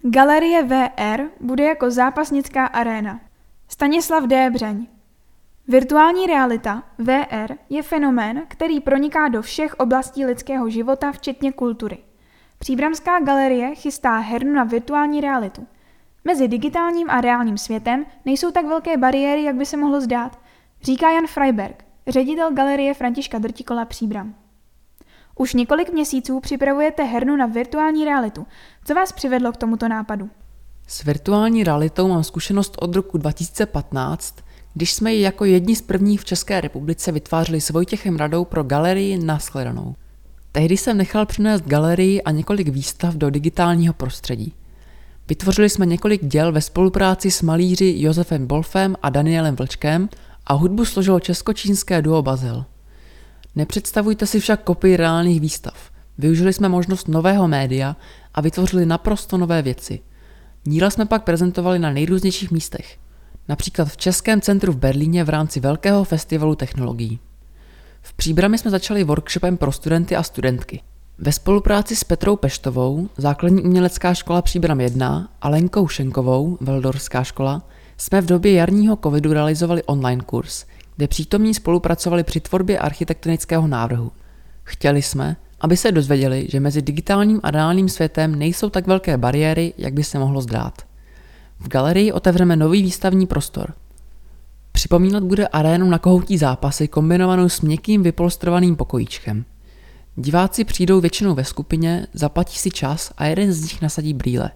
Galerie VR bude jako zápasnická aréna. Stanislav Débřeň. Virtuální realita VR je fenomén, který proniká do všech oblastí lidského života, včetně kultury. Příbramská galerie chystá hernu na virtuální realitu. Mezi digitálním a reálním světem nejsou tak velké bariéry, jak by se mohlo zdát, říká Jan Freiberg, ředitel galerie Františka Drtikola Příbram. Už několik měsíců připravujete hernu na virtuální realitu. Co vás přivedlo k tomuto nápadu? S virtuální realitou mám zkušenost od roku 2015, když jsme ji jako jedni z prvních v České republice vytvářeli s Vojtěchem Radou pro galerii Nashledanou. Tehdy jsem nechal přinést galerii a několik výstav do digitálního prostředí. Vytvořili jsme několik děl ve spolupráci s malíři Josefem Bolfem a Danielem Vlčkem a hudbu složilo česko-čínské duo Bazel. Nepředstavujte si však kopii reálných výstav. Využili jsme možnost nového média a vytvořili naprosto nové věci. Díla jsme pak prezentovali na nejrůznějších místech. Například v Českém centru v Berlíně v rámci Velkého festivalu technologií. V Příbrami jsme začali workshopem pro studenty a studentky. Ve spolupráci s Petrou Peštovou, Základní umělecká škola Příbram 1 a Lenkou Šenkovou, Veldorská škola, jsme v době jarního covidu realizovali online kurz, kde přítomní spolupracovali při tvorbě architektonického návrhu. Chtěli jsme, aby se dozvěděli, že mezi digitálním a reálným světem nejsou tak velké bariéry, jak by se mohlo zdát. V galerii otevřeme nový výstavní prostor. Připomínat bude arénu na kohoutí zápasy kombinovanou s měkkým vypolstrovaným pokojíčkem. Diváci přijdou většinou ve skupině, zaplatí si čas a jeden z nich nasadí brýle.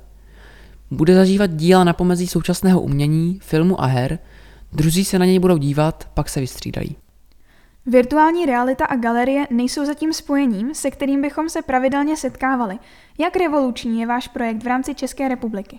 Bude zažívat díla na pomezí současného umění, filmu a her, druzí se na něj budou dívat, pak se vystřídají. Virtuální realita a galerie nejsou zatím spojením, se kterým bychom se pravidelně setkávali. Jak revoluční je váš projekt v rámci České republiky?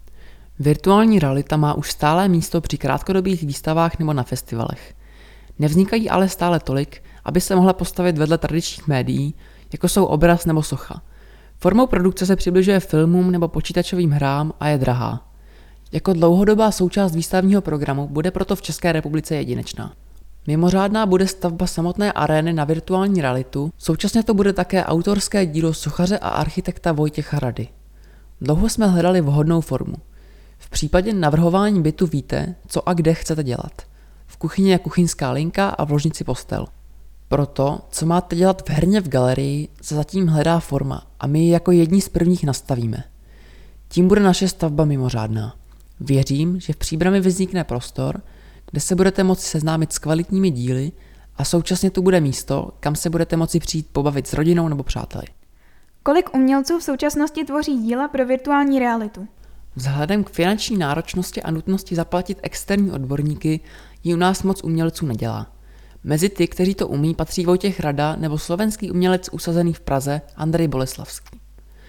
Virtuální realita má už stálé místo při krátkodobých výstavách nebo na festivalech. Nevznikají ale stále tolik, aby se mohla postavit vedle tradičních médií, jako jsou obraz nebo socha. Formou produkce se přibližuje filmům nebo počítačovým hrám a je drahá. Jako dlouhodobá součást výstavního programu bude proto v České republice jedinečná. Mimořádná bude stavba samotné arény na virtuální realitu, současně to bude také autorské dílo sochaře a architekta Vojtěcha Rady. Dlouho jsme hledali vhodnou formu. V případě navrhování bytu víte, co a kde chcete dělat. V kuchyni je kuchyňská linka a v ložnici postel. Proto, co máte dělat v herně v galerii, se zatím hledá forma a my ji jako jedni z prvních nastavíme. Tím bude naše stavba mimořádná. Věřím, že v Příbrami vznikne prostor, kde se budete moci seznámit s kvalitními díly a současně tu bude místo, kam se budete moci přijít pobavit s rodinou nebo přáteli. Kolik umělců v současnosti tvoří díla pro virtuální realitu? Vzhledem k finanční náročnosti a nutnosti zaplatit externí odborníky ji u nás moc umělců nedělá. Mezi ty, kteří to umí, patří Vojtěch Rada nebo slovenský umělec usazený v Praze Andrej Boleslavský.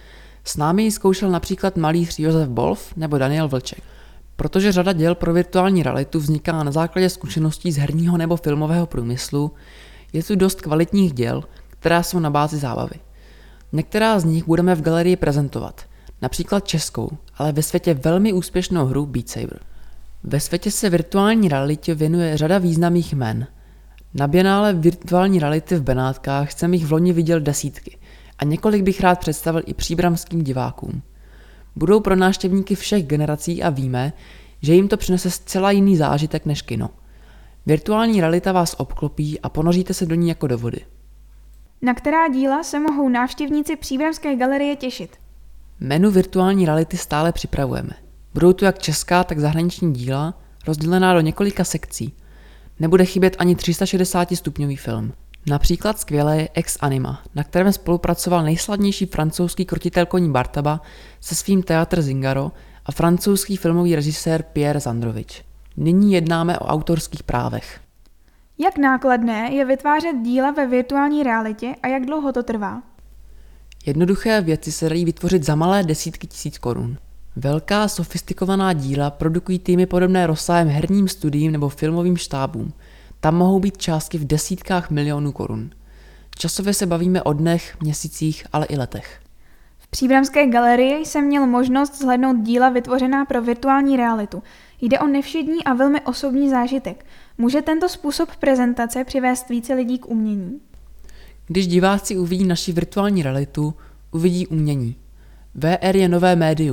S námi ji zkoušel například malíř Josef Bolf nebo Daniel Vlček. Protože řada děl pro virtuální realitu vzniká na základě zkušeností z herního nebo filmového průmyslu, je tu dost kvalitních děl, která jsou na bázi zábavy. Některá z nich budeme v galerii prezentovat, například českou, ale ve světě velmi úspěšnou hru Beat Saber. Ve světě se virtuální realitě věnuje řada významných jmen. Na bienále virtuální reality v Benátkách jsem jich v loni viděl desítky a několik bych rád představil i příbramským divákům. Budou pro návštěvníky všech generací a víme, že jim to přinese zcela jiný zážitek než kino. Virtuální realita vás obklopí a ponoříte se do ní jako do vody. Na která díla se mohou návštěvníci Příbramské galerie těšit? Menu virtuální reality stále připravujeme. Budou tu jak česká, tak zahraniční díla, rozdělená do několika sekcí. Nebude chybět ani 360-stupňový film. Například skvělé je Ex Anima, na kterém spolupracoval nejslavnější francouzský krotitel koní Bartaba se svým Teatr Zingaro a francouzský filmový režisér Pierre Zandrovič. Nyní jednáme o autorských právech. Jak nákladné je vytvářet díla ve virtuální realitě a jak dlouho to trvá? Jednoduché věci se dají vytvořit za malé desítky tisíc korun. Velká sofistikovaná díla produkují týmy podobné rozsahem herním studiím nebo filmovým štábům. Tam mohou být částky v desítkách milionů korun. Časově se bavíme o dnech, měsících, ale i letech. V Příbramské galerii jsem měl možnost zhlédnout díla vytvořená pro virtuální realitu. Jde o nevšední a velmi osobní zážitek. Může tento způsob prezentace přivést více lidí k umění? Když diváci uvidí naši virtuální realitu, uvidí umění. VR je nové médium.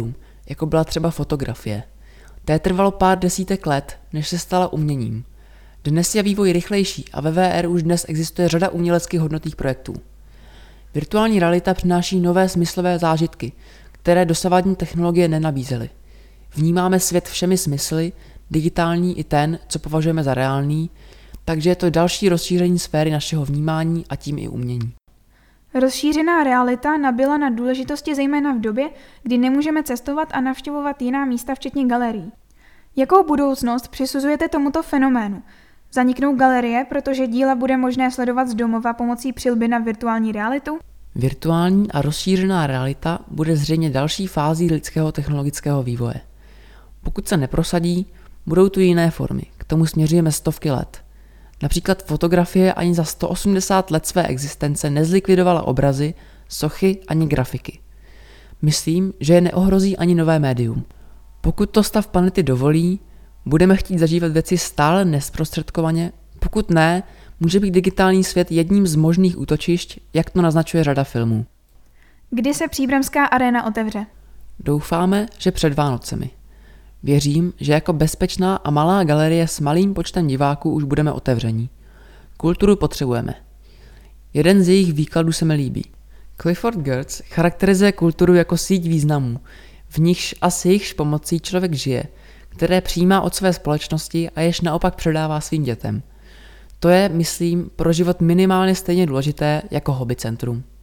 jako byla třeba fotografie. Té trvalo pár desítek let, než se stala uměním. Dnes je vývoj rychlejší a ve VR už dnes existuje řada umělecky hodnotných projektů. Virtuální realita přináší nové smyslové zážitky, které dosavadní technologie nenabízely. Vnímáme svět všemi smysly, digitální i ten, co považujeme za reálný, takže je to další rozšíření sféry našeho vnímání a tím i umění. Rozšířená realita nabyla na důležitosti zejména v době, kdy nemůžeme cestovat a navštěvovat jiná místa včetně galerií. Jakou budoucnost přisuzujete tomuto fenoménu? Zaniknou galerie, protože díla bude možné sledovat z domova pomocí přilby na virtuální realitu? Virtuální a rozšířená realita bude zřejmě další fází lidského technologického vývoje. Pokud se neprosadí, budou tu jiné formy, k tomu směřujeme stovky let. Například fotografie ani za 180 let své existence nezlikvidovala obrazy, sochy ani grafiky. Myslím, že je neohrozí ani nové médium. Pokud to stav planety dovolí, budeme chtít zažívat věci stále nezprostředkovaně, pokud ne, může být digitální svět jedním z možných útočišť, jak to naznačuje řada filmů. Kdy se Příbramská aréna otevře? Doufáme, že před Vánocemi. Věřím, že jako bezpečná a malá galerie s malým počtem diváků už budeme otevření. Kulturu potřebujeme. Jeden z jejich výkladů se mi líbí. Clifford Geertz charakterizuje kulturu jako síť významů, v nichž a s jejichž pomocí člověk žije, které přijímá od své společnosti a jež naopak předává svým dětem. To je, myslím, pro život minimálně stejně důležité jako hobby centrum.